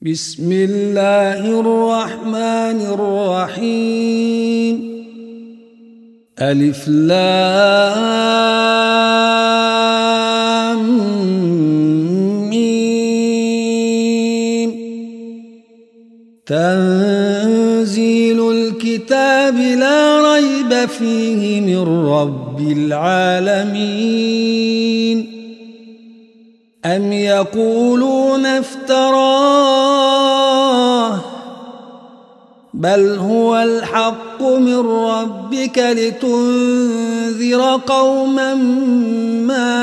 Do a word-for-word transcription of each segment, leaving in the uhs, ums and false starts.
بسم الله الرحمن الرحيم. ألف لام ميم. تنزيل الكتاب لا ريب فيه من رب العالمين. أم يقولون افتراه بل هو الحق من ربك لتنذر قوما ما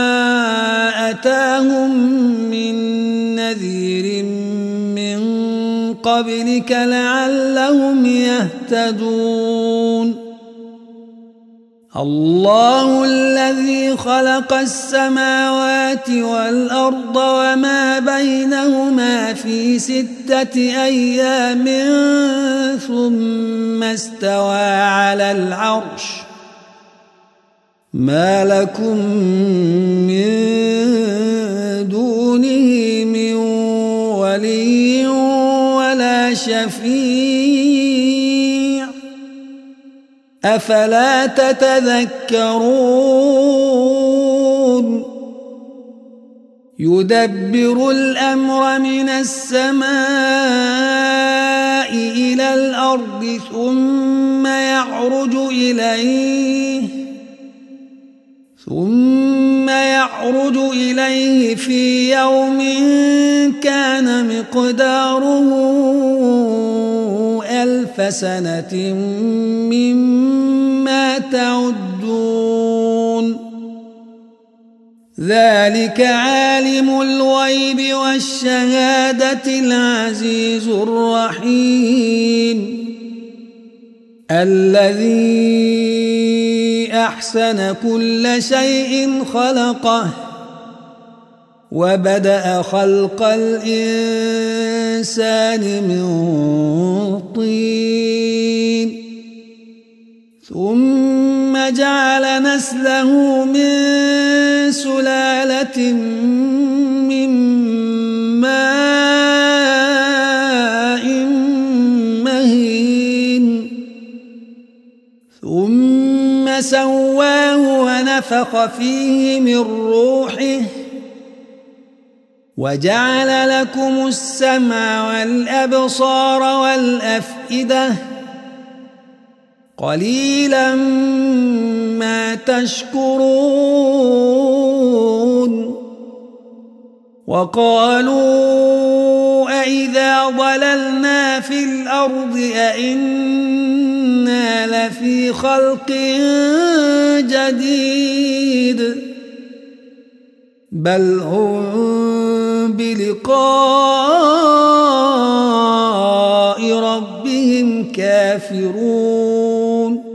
أتاهم من نذير من قبلك لعلهم يهتدون. الله الذي خلق السماوات والأرض وما بينهما في ستة أيام ثم استوى على العرش. ما لكم من دونه من ولي ولا شفيع أفلا تتذكرون. يدبر الأمر من السماء إلى الأرض ثم يعرج إليه ثم يعرج إليه في يوم كان مقداره ألف سنة مما تعدون. ذلك عالم الغيب والشهادة العزيز الرحيم الذي أحسن كل شيء خلقه وبدأ خلق الإنسان من طين ثم جعل نسله من سلالة من ماء مهين ثم سواه ونفخ فيه من روحه وجعل لكم السمع والأبصار والأفئدة قليلا ما تشكرون. وقالوا أئذا ضللنا في الأرض أئنا لفي خلق جديد بل هم بلقاء ربهم كافرون.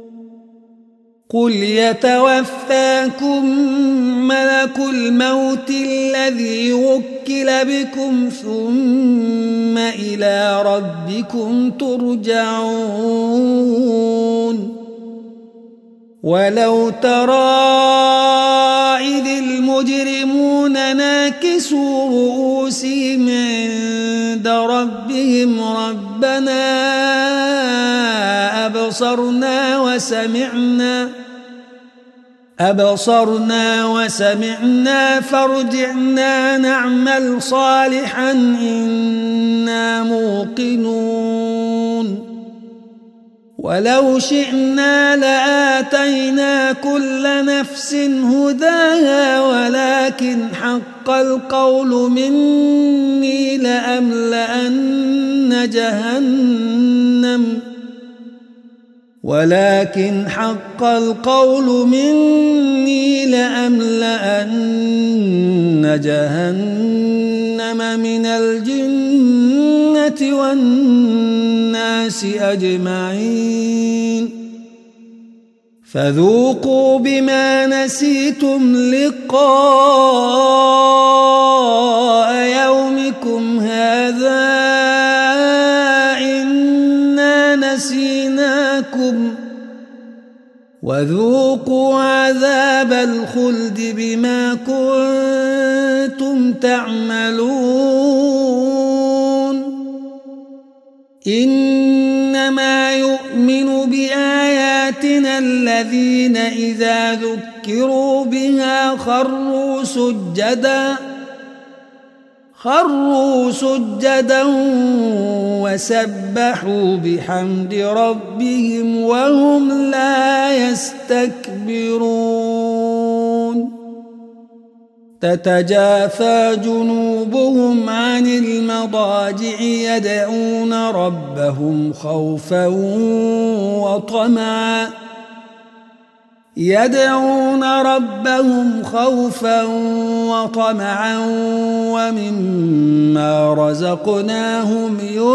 قل يتوفاكم ملك الموت الذي وكل بكم ثم إلى ربكم ترجعون. ولو ترى إذ المجرمون ناكسوا رؤوسهم عند ربهم ربنا أبصرنا وسمعنا أبصرنا وسمعنا فارجعنا نعمل صالحا إنا موقنون. ولو شئنا لآتينا كل نفس هداها ولكن حق القول مني لأملأن جهنم ولكن حق القول مني لأملأن جهنم من الجنة والناس أجمعين. فذوقوا بما نسيتم لقاء يومكم هذا إنا نسيناكم وذوقوا عذاب الخلد بما كنتم تعملون إنما يؤمن بآياتنا الذين إذا ذكروا بها خروا سجدا خروا سجدا وسبحوا بحمد ربهم وهم لا يستكبرون تتجافى جنوبهم عن المضاجع يدعون ربهم خوفا وطمعا يدعون ربهم خوفا وطمعا ومما رزقناهم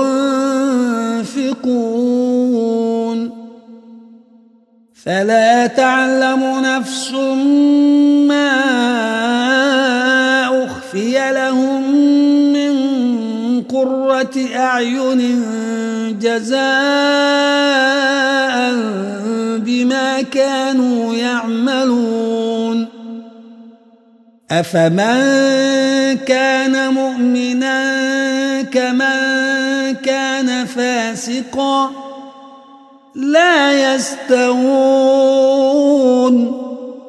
ينفقون فلا تعلم نفس ما أخفي لهم من قرة أعين جزاء بما كانوا يعملون أفمن كان مؤمنا كمن كان فاسقا لا يستوون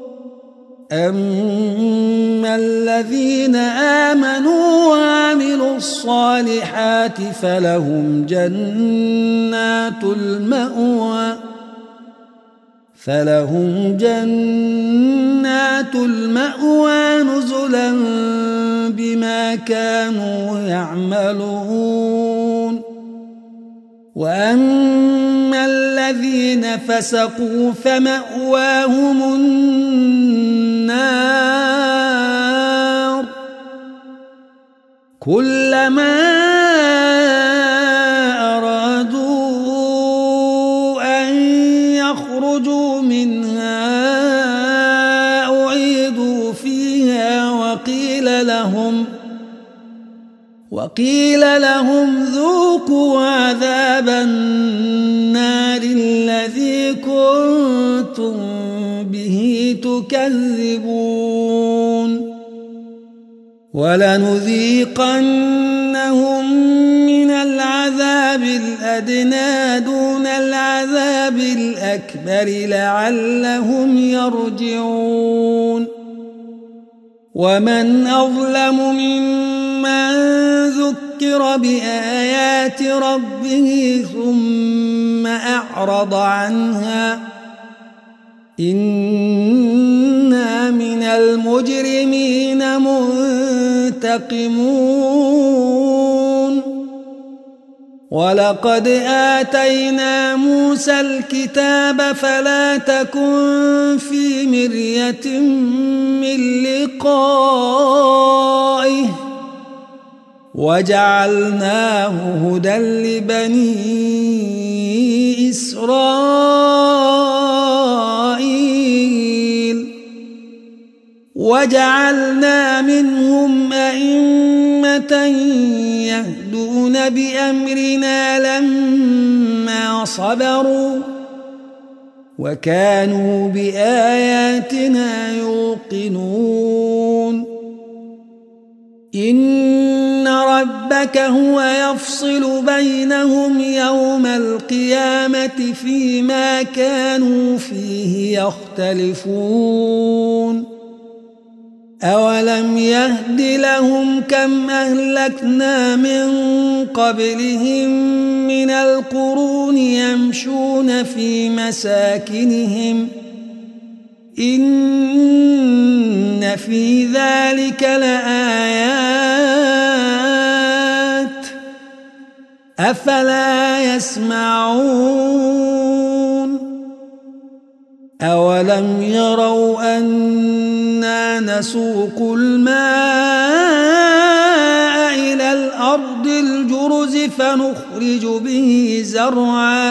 أما الذين آمنوا وعملوا الصالحات فلهم جنات المأوى فلهم جنات المأوى نزلا بما كانوا يعملون وأما الذين فسقوا فمأواهم النار كلما أرادوا أن يخرجوا منها أعيدوا فيها وقيل لهم وقيل لهم ذوقوا عذاب النار الذي كنتم به تكذبون ولنذيقنهم من العذاب الأدنى دون العذاب الأكبر لعلهم يرجعون ومن أظلم ممن ذكر بآيات ربه ثم أعرض عنها إنا من المجرمين منتقمون ولقد آتينا موسى الكتاب فلا تكن في مرية من لقائه وجعلناه هدى لبني إسرائيل وجعلنا منهم أئمة يهدون بأمرنا لما صبروا وكانوا بآياتنا يوقنون إن ربك هو يفصل بينهم يوم القيامة فيما كانوا فيه يختلفون أولم يهد لهم كم أهلكنا من قبلهم من القرون يمشون في مساكنهم إن في ذلك لآيات أفلا يسمعون أولم يروا أنا نسوق الماء إلى الأرض الجرز فنخرج به زرعا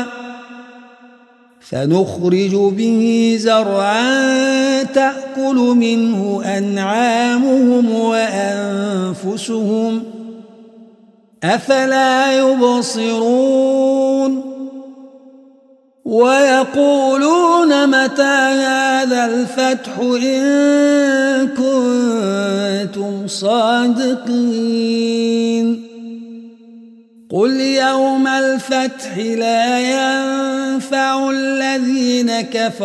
فنخرج به زرعا تأكل منه أنعامهم وأنفسهم أفلا يبصرون ويقولون متى هذا الفتح إن كنتم صادقين قل يوم الفتح لا ينفع الذين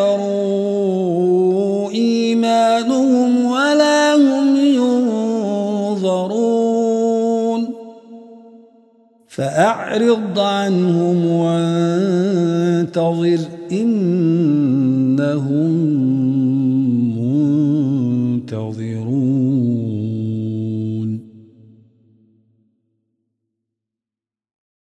كفروا إيمانهم ولا هم ينظرون فأعرض عنهم وانتظر إنهم منتظرون.